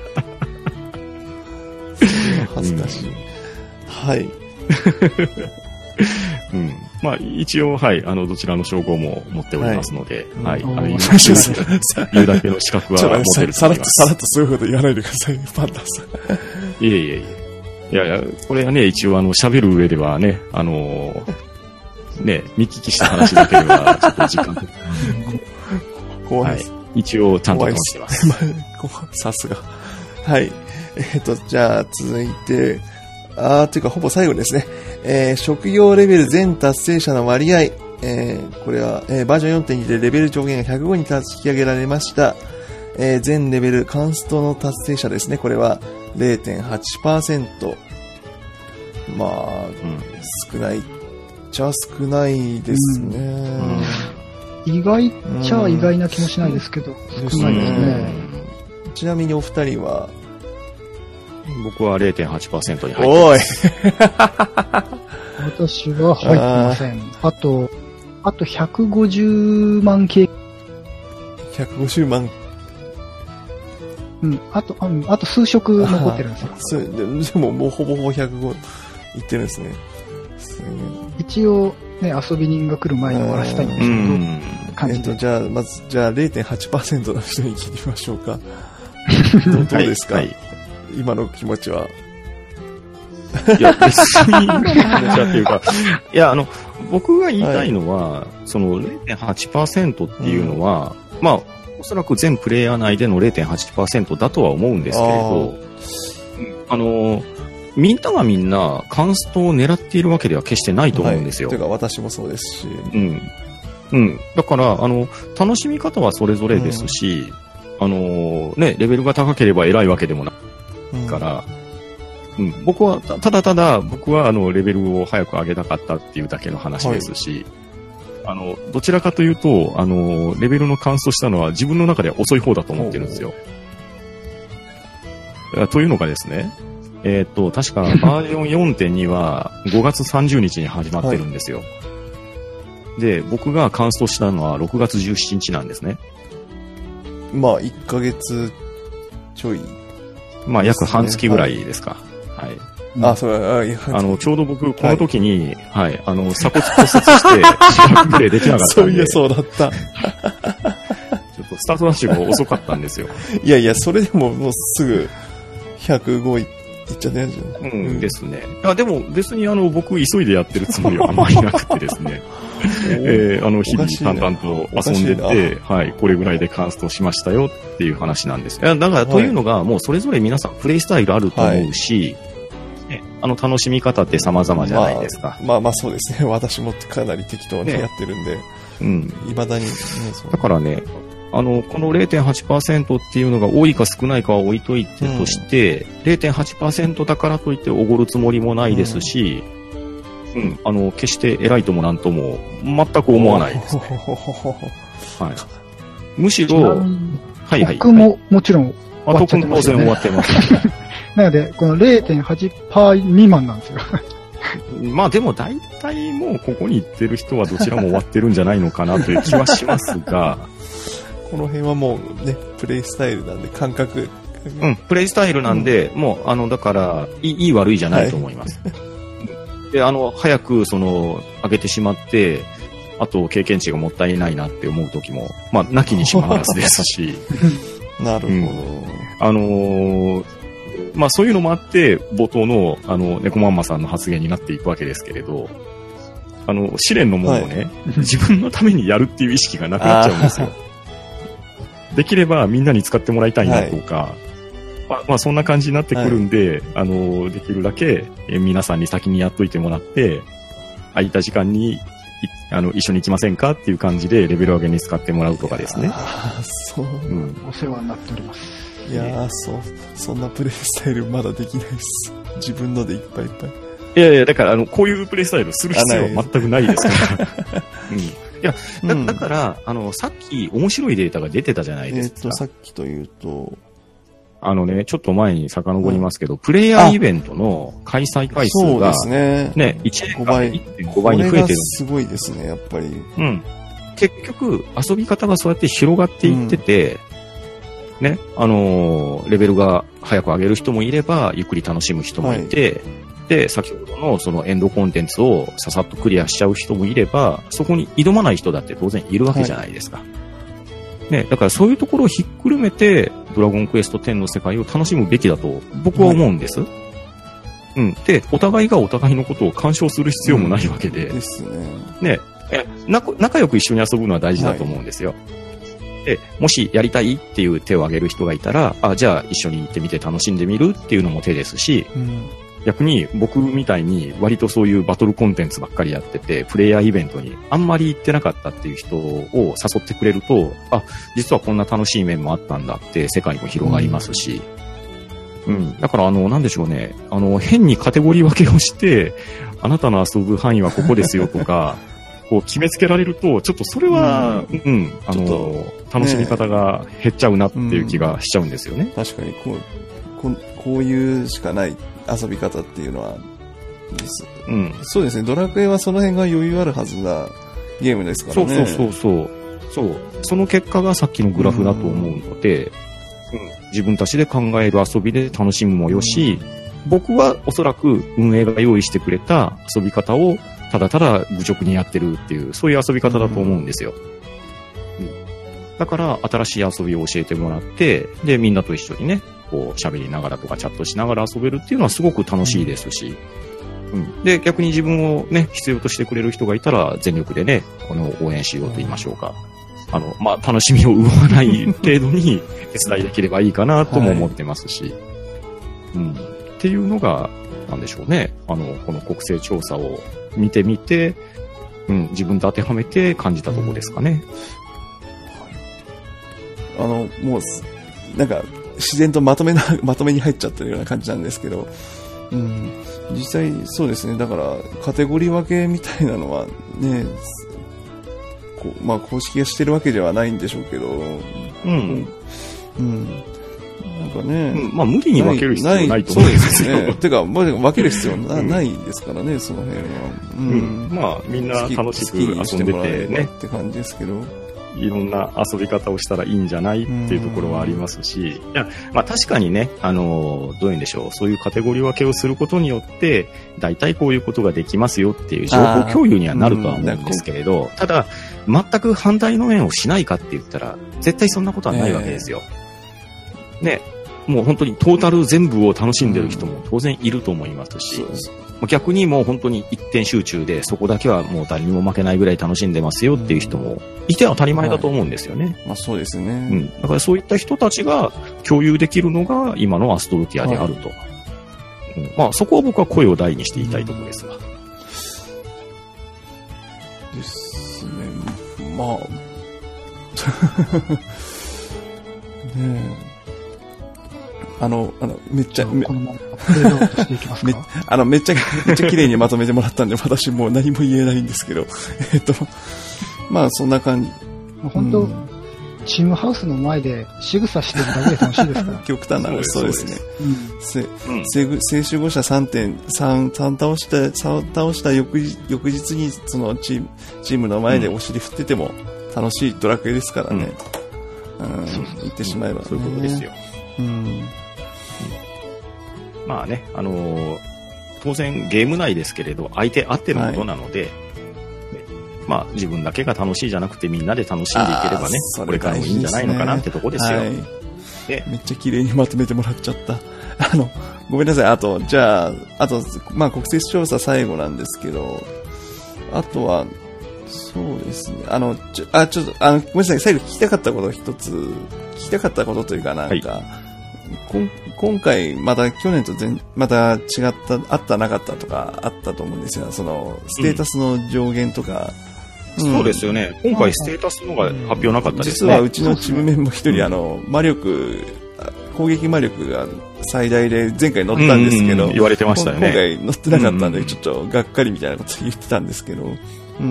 恥ずかしい。うん、はい。 うん。まあ、一応、はい、あの、どちらの称号も持っておりますので、はい。はい、あの、言うだけの資格は持ってると思います。 さらっとそういうこと言わないでください、パンダさん。いえいえいえ。いやいや、これはね、一応、あの、喋る上ではね、あの、ね、見聞きした話だけでは、ちょっと時間的怖いです、 はい。一応、ちゃんと話してます。 さすが。はい。えっ、ー、と、じゃあ、続いて、あー、というか、ほぼ最後ですね。えー、職業レベル全達成者の割合。えー、これは、えー、バージョン よんてんに でレベル上限がひゃくごに引き上げられました。えー、全レベルカンストの達成者ですね。これは れいてんはちパーセント。まあ、うん、少ないっちゃ少ないですね。うんうん、意外っちゃ意外な気もしないですけど、うん、少ないですね。 ちなみにお二人は、 僕は れいてんはちパーセント に入ってます。 おい私は入ってません。あと、あとひゃくごじゅうまん系。 ひゃくごじゅうまん。 うん、あと、あ, あと数色残ってるんですよ。 そでももうほぼほぼひゃくごいってるんですね。 一応ね、遊び人が来る前に終わらせたいんですけど、感じで。 えっと、じゃあ、まず、じゃあ れいてんはちパーセント の人に聞いてみましょうか。どう, どうですか、はいはい、今の気持ちは。 いや、別に、気持ちはっていうか、いや、あの、僕が言いたいのは、はい、その れいてんはちパーセント っていうのは、うん、まあ、おそらく全プレイヤー内での れいてんはちパーセント だとは思うんですけれど、あ, あの、 みんながみんなカンストを狙っているわけでは決してないと思うんですよ。 はい、というか私もそうですし。 うん。うん。だから、あの、楽しみ方はそれぞれですし、うん、あの、ね、レベルが高ければ偉いわけでもないから、うん、うん、僕は、ただただ、僕は、あの、レベルを早く上げたかったっていうだけの話ですし、はい、あの、どちらかというと、あの、レベルのカンストしたのは自分の中では遅い方だと思ってるんですよ。というのがですね、えっと、確かバージョン よんてんに はごがつさんじゅうにちに始まってるんですよ。はい、で、僕がカンストしたのはろくがつじゅうしちにちなんですね。 まあ、いっかげつちょい、ね。 まあ、約半月ぐらいですか。はい。はい、 あ、それは、 あの、ちょうど僕、この時に、はい、はい、あの、鎖骨骨折して、シラプレイできなかったんで。 そういや、そうだった。 ちょっとスタートダッシュが遅かったんですよ。 いやいや、それでももうすぐ、ひゃくごいっちゃったやつじゃない。 うん、ですね。あ、でも別にあの、僕急いでやってるつもりはあまりなくてですね。えー、あの、日々淡々と遊んでて、はい、これぐらいでカンストしましたよっていう話なんですよ。だから、というのが、もうそれぞれ皆さんプレイスタイルあると思うし、はい、ね、あの、楽しみ方って様々じゃないですか。 まあ、まあまあそうですね。私もかなり適当にやってるんで。うん。未だに、ね、 そう。だからね、あの、この れいてんはちパーセント っていうのが多いか少ないかは置いといてとして、うん、れいてんはちパーセント だからといっておごるつもりもないですし、うん、うん、あの、決して偉いともなんとも全く思わないですね。はい。むしろ、はいはい。 僕ももちろん終わっちゃってますね。あ、当然終わってます、ね。 なので、この れいてんはちパーセント 未満なんですよ。 まあでも大体もうここに行ってる人はどちらも終わってるんじゃないのかなという気はしますが、 この辺はもうね、プレイスタイルなんで感覚。 うん、プレイスタイルなんで、うん、もう、あの、だから、いい、いい悪いじゃないと思います。はい、で、あの、早く、その、上げてしまって、あと、経験値がもったいないなって思う時も、まあ、なきにしもあらずですし。 なるほど。うん、 あのー、まあ、そういうのもあって、冒頭の、あの、猫マンマさんの発言になっていくわけですけれど、あの、試練のものをね、はい、自分のためにやるっていう意識がなくなっちゃうんですよ。できればみんなに使ってもらいたいなとか、はい、まあ、まあそんな感じになってくるんで、はい、あの、できるだけえ皆さんに先にやっといてもらって、空いた時間にあの一緒に行きませんかっていう感じでレベル上げに使ってもらうとかですね。 ああ、そう、 うん。お世話になっております。 いやー、そう、そんなプレイスタイルまだできないです。自分のでいっぱいいっぱい。 いやいや、だからあの、こういうプレイスタイルする必要は全くないですから。うん。いや、だ、だから、うん、あの、さっき面白いデータが出てたじゃないですか。 えっと、さっきというと、 あのね、ちょっと前に遡りますけど、うん、プレイヤーイベントの開催回数が、そうですね。ね、いちねんかんで いってんご 倍に増えてるんです。 すごいですね、やっぱり。 うん。結局、遊び方がそうやって広がっていってて、うん、ね、あのー、レベルが早く上げる人もいれば、ゆっくり楽しむ人もいて、はい、で、先ほどのそのエンドコンテンツをささっとクリアしちゃう人もいれば、そこに挑まない人だって当然いるわけじゃないですか。はい、ね、だからそういうところをひっくるめて、ドラゴンクエストテンの世界を楽しむべきだと僕は思うんです。はい、うん。で、お互いがお互いのことを干渉する必要もないわけで。 うん、ですね。 ね、え、仲良く一緒に遊ぶのは大事だと思うんですよ。はい、で、もしやりたいっていう手を挙げる人がいたら、あ、じゃあ一緒に行ってみて楽しんでみるっていうのも手ですし、うん、逆に僕みたいに割とそういうバトルコンテンツばっかりやってて、プレイヤーイベントにあんまり行ってなかったっていう人を誘ってくれると、あ、実はこんな楽しい面もあったんだって世界も広がりますし、うん、うん。だからあの、なんでしょうね、あの、変にカテゴリー分けをして、あなたの遊ぶ範囲はここですよとか、こう決めつけられると、ちょっとそれは、うん、うん、あの、楽しみ方が減っちゃうなっていう気がしちゃうんですよね。 うん、確かにこう、こう、こういうしかない遊び方っていうのはです、うん、そうですね。ドラクエはその辺が余裕あるはずなゲームですからね。 そうそうそうそう。そう。その結果がさっきのグラフだと思うので、うん、自分たちで考える遊びで楽しむもよし、うん、僕はおそらく運営が用意してくれた遊び方をただただ愚直にやってるっていう、そういう遊び方だと思うんですよ。うんうん、だから新しい遊びを教えてもらって、で、みんなと一緒にね、こう喋りながらとかチャットしながら遊べるっていうのはすごく楽しいですし、うん、で、逆に自分をね、必要としてくれる人がいたら全力でね、この応援しようと言いましょうか。あの、まあ、楽しみを奪わない程度に手伝いできればいいかなとも思ってますし、はい、うん。っっていうのが、なんでしょうね。あの、この国勢調査を見てみて、うん、自分と当てはめて感じたところですかね。 あの、もう、なんか、自然とまとめな、まとめに入っちゃってるような感じなんですけど、うん、実際そうですね。だから、カテゴリー分けみたいなのはね、こうまあ、公式がしてるわけではないんでしょうけど、 うん。 うん。なんかね、 うん、まあ、無理に分ける必要ないと思うんですよ。ね。てか、まあ、分ける必要な、うん、ないですからね、その辺は。 うん。うん、まあ、みんな楽しく遊んでてね。 って感じですけど。 いろんな遊び方をしたらいいんじゃないっていうところはありますし、いや、まあ確かにね、あの、どういうんでしょう、そういうカテゴリー分けをすることによって、大体こういうことができますよっていう情報共有にはなるとは思うんですけれど、ただ、全く反対の面をしないかって言ったら、絶対そんなことはないわけですよ。えー、ね、もう本当にトータル全部を楽しんでる人も当然いると思いますし、うん、逆にもう本当に一点集中でそこだけはもう誰にも負けないぐらい楽しんでますよっていう人もいて当たり前だと思うんですよね。はい、 まあそうですね。 うん。だからそういった人たちが共有できるのが今のアストルティアであると。はい、うん、まあそこは僕は声を大にして言いたいところですが。 ですね。まあ。ねえ。あの、あの、めっちゃ、め、 このままプレイアウトしていきますか？ め、あの、めっちゃ、めっちゃ綺麗にまとめてもらったんで、私もう何も言えないんですけど、えっと、まあ、そんな感じ。 本当、うん、チームハウスの前で仕草してるだけで楽しいですから。 極端な話、そうですね。聖守護者さんてんさん、さん倒した、さん倒した翌日、翌日に、そのチーム、チームの前でお尻振ってても楽しいドラクエですからね。うん。うん、言ってしまえば、ね。 そういうことですよ。 うん。 まあね、あのー、当然ゲーム内ですけれど、相手あってのことなので、はい、まあ自分だけが楽しいじゃなくてみんなで楽しんでいければね、これからもいいんじゃないのかなってとこですよ。はい、 でめっちゃ綺麗にまとめてもらっちゃった。あの、ごめんなさい。あと、じゃあ、あと、まあ国勢調査最後なんですけど、あとは、そうですね。あの、ちょ、あ、ちょっと、あの、ごめんなさい。最後聞きたかったこと一つ、聞きたかったことというかなんか、はい、今回、また去年と全、また違った、あったなかったとかあったと思うんですよ。その、ステータスの上限とか。 うん、そうですよね。今回ステータスのが発表なかったですね。実はうちのチームメンバー一人、あの、魔力、攻撃魔力が最大で前回乗ったんですけど、 言われてましたよね。 今回乗ってなかったんで、ちょっとがっかりみたいなこと言ってたんですけど、うん、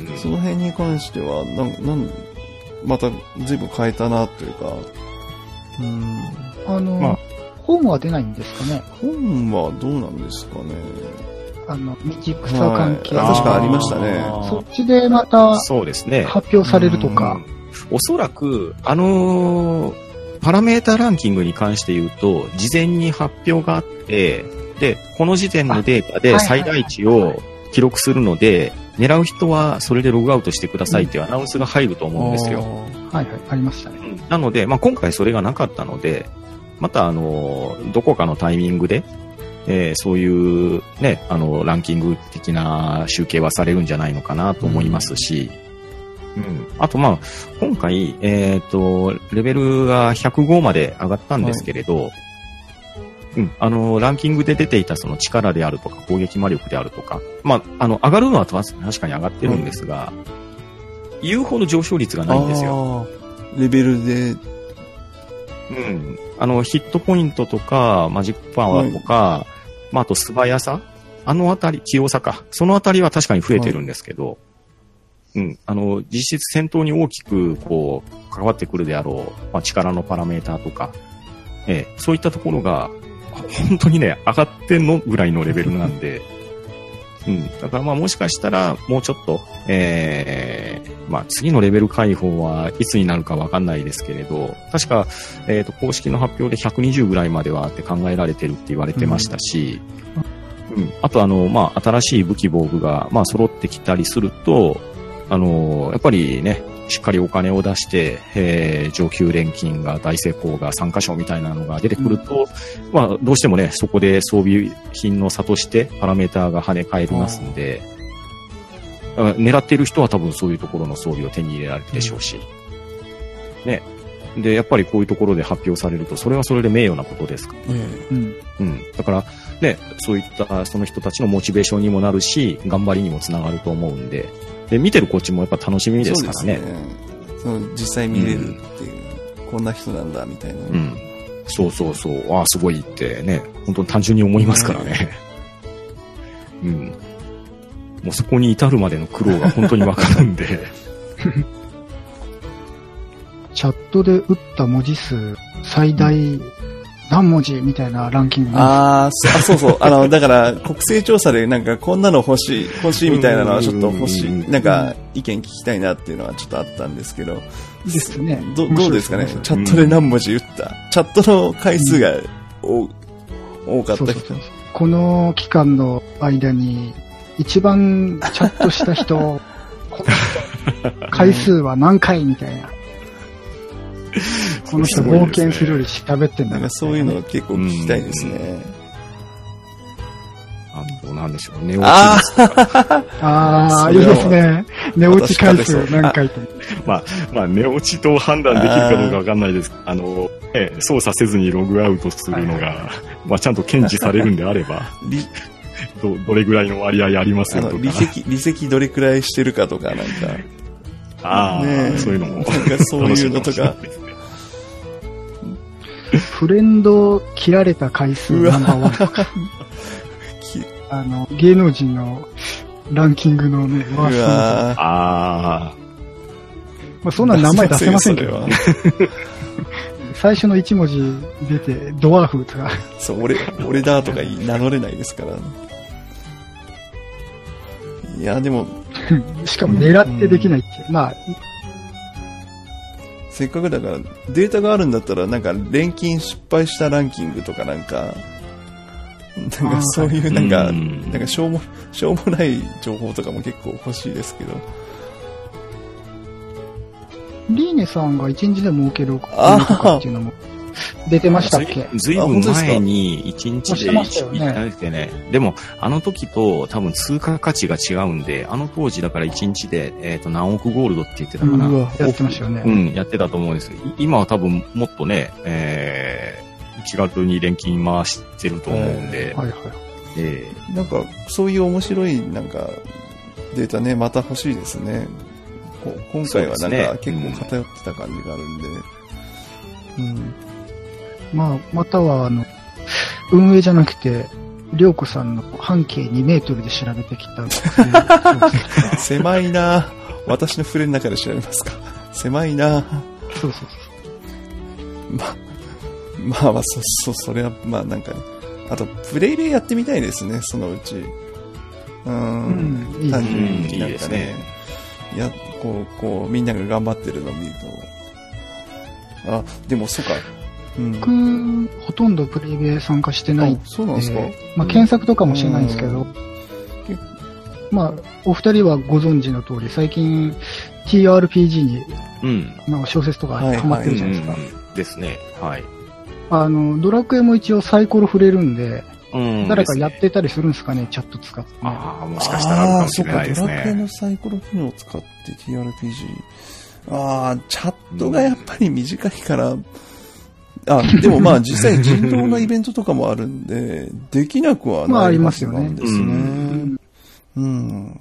その辺に関しては、なん、なん、また随分変えたなというか、 うん、あの、まあ、本は出ないんですかね。 本はどうなんですかね。 あの、道草関係、 はい、確かありましたね。 そっちでまた、 そうですね。 発表されるとか。 おそらく、あのー、パラメータランキングに関して言うと、事前に発表があって、で、この時点のデータで最大値を記録するので、狙う人はそれでログアウトしてくださいっていうアナウンスが入ると思うんですよ。 はいはい、ありましたね。 なので、まあ、今回それがなかったので、またあの、どこかのタイミングで、えー、そういうね、あの、ランキング的な集計はされるんじゃないのかなと思いますし、うん。うん、あとまあ、今回、えっと、レベルがひゃくごまで上がったんですけれど、はい、うん、あの、ランキングで出ていたその力であるとか、攻撃魔力であるとか、まあ、あの、上がるのは確かに上がってるんですが、うん、言うほど上昇率がないんですよ。 レベルで、 うん。あの、ヒットポイントとか、マジックパワーとか、はい、まあ、あと素早さ、あのあたり、器用さか。そのあたりは確かに増えてるんですけど、はい、うん。あの、実質戦闘に大きく、こう、関わってくるであろう、まあ、力のパラメーターとか、ええ、そういったところが、本当にね、上がってんのぐらいのレベルなんで、うん。だからまあもしかしたら、もうちょっと、ええー、まあ次のレベル解放はいつになるかわかんないですけれど、確か、えっと、公式の発表でひゃくにじゅうぐらいまではって考えられてるって言われてましたし、うん。うん、あとあの、まあ新しい武器防具が、まあ揃ってきたりすると、あの、やっぱりね、しっかりお金を出して、えー、上級錬金が大成功がさん箇所みたいなのが出てくると、うん、まあ、どうしてもね、そこで装備品の差としてパラメーターが跳ね返りますんで、狙っている人は多分そういうところの装備を手に入れられるでしょうし、うん、ね。 で、やっぱりこういうところで発表されると、それはそれで名誉なことですからね。 うん。 うん。だから、ね、そういったその人たちのモチベーションにもなるし、頑張りにもつながると思うんで、で、見てるこっちもやっぱ楽しみですからね。 そうですね。その実際見れるっていう、うん、こんな人なんだ、みたいな。 うん。そうそうそう。ああ、すごいってね、本当に単純に思いますからね。うん。もうそこに至るまでの苦労が本当にわかるんで。 チャットで打った文字数、最大何文字みたいなランキング。 ああ、そうそう。あの、だから、国勢調査でなんかこんなの欲しい、欲しいみたいなのはちょっと欲しい。なんか意見聞きたいなっていうのはちょっとあったんですけど。 ですね。 どどうですかね。チャットで何文字打った、うん、チャットの回数が、うん、多かった人。そうそうそう、 この期間の間に一番チャットした人、この人回数は何回みたいな。この人冒険するより喋ってんだ、ね、 なんかそういうの結構聞きたいですね。 あと、なんでしょう、寝落ちですとか。 ああ、いいですね。寝落ち回数何回と。 まあ、まあ、寝落ちと判断できるかどうかわかんないです。あの、え、操作せずにログアウトするのが、はい、まあ、ちゃんと検知されるんであれば、ど、どれぐらいの割合ありますよとか。 離席、離席どれくらいしてるかとか、なんか。 ああ、ね、そういうのも。 なんかそういうのとか。 フレンド切られた回数ナンバーワンとか。あの、芸能人のランキングのね、ワーストの。ああ。 まあそんな名前出せませんけど。最初の一文字出て、ドワーフとか。 そう、俺、俺だとか名乗れないですから。いや、でも。 しかも狙ってできないっていう。うん、まあ、 せっかくだから、データがあるんだったら、なんか、錬金失敗したランキングとかなんか、なんかそういうなんか、なんかしょうも、しょうもない情報とかも結構欲しいですけど。 リーネさんが一日でも受けるとかっていうのも出てましたっけ？ ずいぶん前に一日でいただいてね。でも、あの時と多分通貨価値が違うんで、あの当時だから一日で、えっと、何億ゴールドって言ってたかな。 うわ、やってましたよね。 うん、やってたと思うんです。今は多分もっとね、えー、気軽に錬金回してると思うんで。 えー、はいはい。 えー、なんか、そういう面白い、なんか、データね、また欲しいですね。今回はなんか結構偏ってた感じがあるんで。 うん。まあ、または、あの、運営じゃなくて、りょうこさんの半径にメートルで調べてきた。 狭いなぁ。私の触れの中で調べますか。狭いなぁ。 そうそうそう。 まあ、まあまあ、そ、そ、それは、まあなんかね。あと、プレイでやってみたいですね、そのうち。うーん。うん、単純になんかね。いいですね。いや、こう、こう、みんなが頑張ってるのを見ると。あ、でも、そうか。 うん、僕、ほとんどプレイベ参加してないんで。 そうなんですか。 まあ、検索とかもしてないんですけど。まあ、お二人はご存知の通り、最近、ティーアールピージー に、うん、なんか小説とかハマってるじゃないですか。はいはい、 ですね。はい。 あの、ドラクエも一応サイコロ触れるんで、うん、誰かやってたりするんですかね、チャット使って、ね。 ああ、もしかしたらあるかもしれないですね。 ドラクエのサイコロ機能を使って ティーアールピージー。ああ、チャットがやっぱり短いから、うん、あ、でもまあ実際人狼のイベントとかもあるんで、できなくはない。 まあありますよね。 ですね。うん、うん。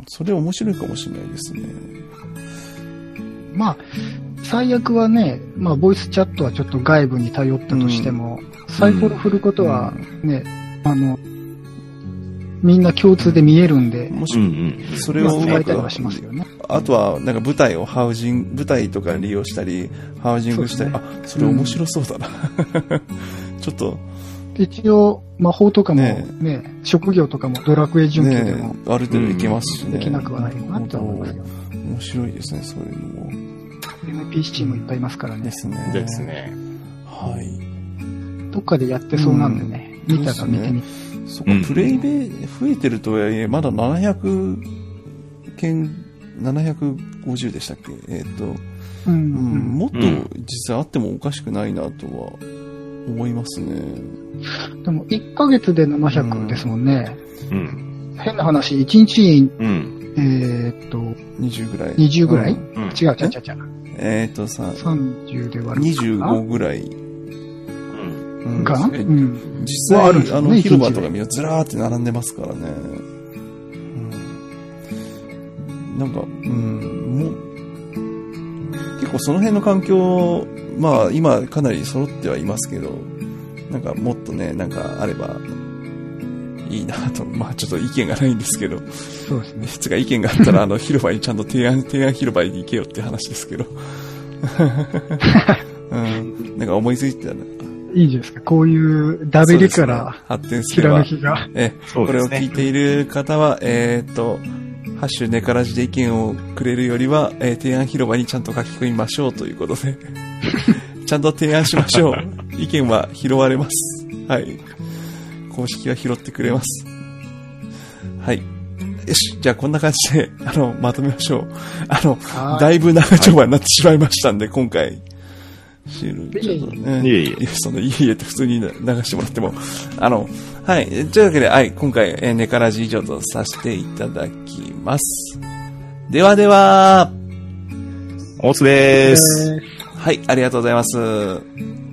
それ面白いかもしれないですね。 まあ、最悪はね、まあボイスチャットはちょっと外部に頼ったとしても、うん、サイコロ振ることはね、うん、あの、みんな共通で見えるんで、 もし、それをうまく、あとは、なんか舞台をハウジング、舞台とか利用したり、ハウジングしたり、ね、あ、それ面白そうだな。うん、ちょっと。 一応、魔法とかもね、ね職業とかもドラクエ準拠でも、 ね、ある程度いけますしね。 できなくはないかなと思いますよ。 面白いですね、そういうのも。 エムピーシー もいっぱいいますからね。 ですね。 ですね。 はい。 どっかでやってそうなんでね、うん、見たら見てみて。 そこ、プレイで増えてるとはいえ、まだななひゃくけん、ななひゃくごじゅうでしたっけ？えっと、うんうん、もっと実際あってもおかしくないなとは思いますね。 でも、いっかげつでななひゃくですもんね。うん、変な話、いちにちに、うん、えー、っと、 にじゅうぐらい。 にじゅうぐらい、うん、違う、違う、違う、違う。 えっ、ー、とさ、 さんじゅうで割るにじゅうごぐらい。 うん。 が、うん、 実際、ある、ね、あの、広場とかみんなずらーって並んでますからね。うん、なんか、うん、もう、結構その辺の環境、まあ、今かなり揃ってはいますけど、なんかもっとね、なんかあれば、いいなと、まあちょっと意見がないんですけど、 そうですね。 つか意見があったら、あの、広場にちゃんと提案、提案広場に行けよって話ですけど。うん。なんか思いついてたら、 いいじゃないですか。こういうダベリから、 ね、発展すれば、え、 これを聞いている方は、えー、っと、ハッシュネカラジで意見をくれるよりは、えー、提案広場にちゃんと書き込みましょうということで、ちゃんと提案しましょう。意見は拾われます。はい。公式は拾ってくれます。はい。よし。じゃあこんな感じで、あの、まとめましょう。あの、だいぶ長丁場になってしまいましたんで、はい、今回。シール、ちょっとね。 いえいえ。 その、いえいえって普通に流してもらっても。あの、はい。というわけで、はい。今回、えー、ネカラジ以上とさせていただきます。ではでは、 おつでーす。 はい。ありがとうございます。